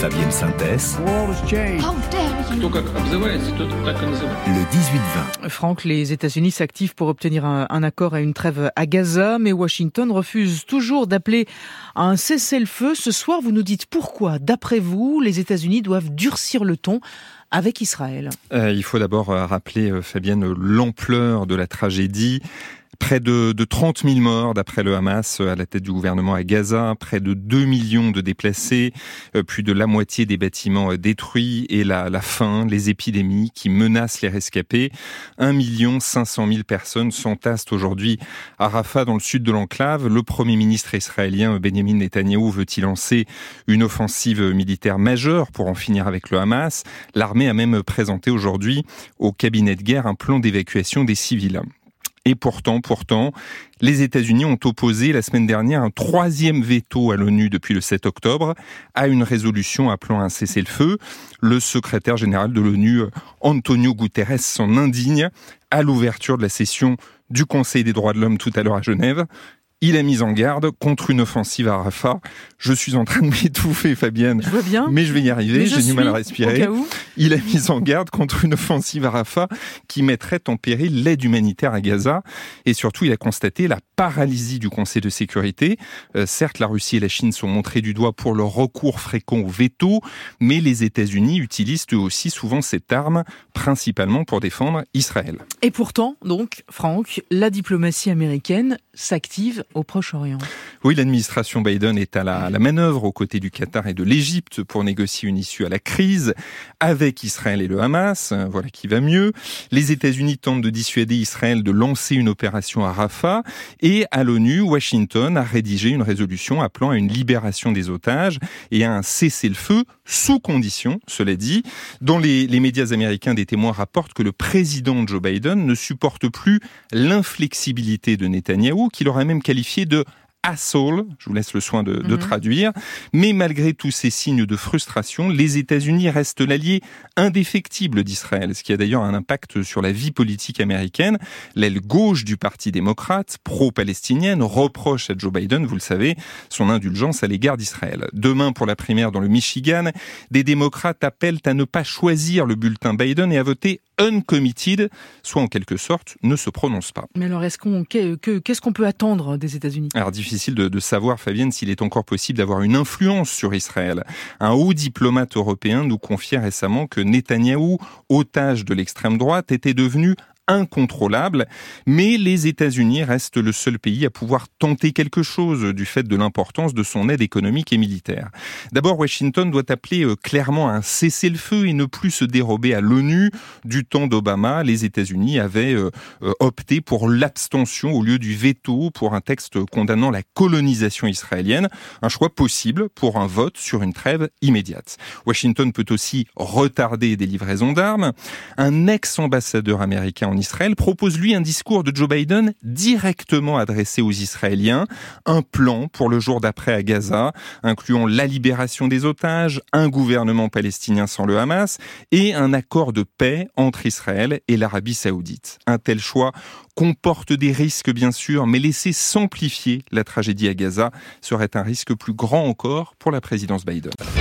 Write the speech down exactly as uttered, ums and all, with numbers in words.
Fabienne Synthès. Le dix-huit vingt. Franck, les États-Unis s'activent pour obtenir un, un accord à une trêve à Gaza, mais Washington refuse toujours d'appeler à un cessez-le-feu. Ce soir, vous nous dites pourquoi, d'après vous, les États-Unis doivent durcir le ton avec Israël. Euh, il faut d'abord rappeler, euh, Fabienne, l'ampleur de la tragédie. Près de, de trente mille morts d'après le Hamas à la tête du gouvernement à Gaza, près de deux millions de déplacés, plus de la moitié des bâtiments détruits et la, la faim, les épidémies qui menacent les rescapés. un million cinq cent mille personnes s'entassent aujourd'hui à Rafah dans le sud de l'enclave. Le Premier ministre israélien Benjamin Netanyahou veut y lancer une offensive militaire majeure pour en finir avec le Hamas. L'armée a même présenté aujourd'hui au cabinet de guerre un plan d'évacuation des civils. Et pourtant, pourtant, les États-Unis ont opposé la semaine dernière un troisième veto à l'ONU depuis le sept octobre à une résolution appelant à un cessez-le-feu. Le secrétaire général de l'ONU, Antonio Guterres, s'en indigne à l'ouverture de la session du Conseil des droits de l'homme tout à l'heure à Genève. Il a mis en garde contre une offensive à Rafah. Je suis en train de m'étouffer, Fabienne. Je vois bien. Mais je vais y arriver. J'ai du mal à respirer. Au cas où. Il a mis en garde contre une offensive à Rafah qui mettrait en péril l'aide humanitaire à Gaza. Et surtout, il a constaté la paralysie du Conseil de sécurité. Euh, certes, la Russie et la Chine sont montrées du doigt pour leur recours fréquent au veto, mais les États-Unis utilisent eux aussi souvent cette arme, principalement pour défendre Israël. Et pourtant, donc, Franck, la diplomatie américaine s'active au Proche-Orient. Oui, l'administration Biden est à la, à la manœuvre aux côtés du Qatar et de l'Égypte pour négocier une issue à la crise avec Israël et le Hamas. Voilà qui va mieux. Les États-Unis tentent de dissuader Israël de lancer une opération à Rafah et à l'ONU, Washington a rédigé une résolution appelant à une libération des otages et à un cessez-le-feu sous condition, cela dit. Dans les, les médias américains, des témoins rapportent que le président Joe Biden ne supporte plus l'inflexibilité de Netanyahou, qu'il aurait même qualifié de asshole, je vous laisse le soin de, de mmh. traduire, mais malgré tous ces signes de frustration, les États-Unis restent l'allié indéfectible d'Israël, ce qui a d'ailleurs un impact sur la vie politique américaine. L'aile gauche du Parti démocrate, pro-palestinienne, reproche à Joe Biden, vous le savez, son indulgence à l'égard d'Israël. Demain, pour la primaire dans le Michigan, des démocrates appellent à ne pas choisir le bulletin Biden et à voter uncommitted, soit en quelque sorte ne se prononce pas. Mais alors, est-ce qu'on, qu'est-ce qu'on peut attendre des États-Unis ? Alors, difficile de, de savoir, Fabienne, s'il est encore possible d'avoir une influence sur Israël. Un haut diplomate européen nous confiait récemment que Netanyahou, otage de l'extrême droite, était devenu incontrôlable, mais les États-Unis restent le seul pays à pouvoir tenter quelque chose du fait de l'importance de son aide économique et militaire. D'abord, Washington doit appeler clairement à un cessez-le-feu et ne plus se dérober à l'ONU. Du temps d'Obama, les États-Unis avaient euh, opté pour l'abstention au lieu du veto pour un texte condamnant la colonisation israélienne, un choix possible pour un vote sur une trêve immédiate. Washington peut aussi retarder des livraisons d'armes. Un ex-ambassadeur américain en Israël propose lui un discours de Joe Biden directement adressé aux Israéliens, un plan pour le jour d'après à Gaza, incluant la libération des otages, un gouvernement palestinien sans le Hamas et un accord de paix entre Israël et l'Arabie saoudite. Un tel choix comporte des risques bien sûr, mais laisser s'amplifier la tragédie à Gaza serait un risque plus grand encore pour la présidence Biden.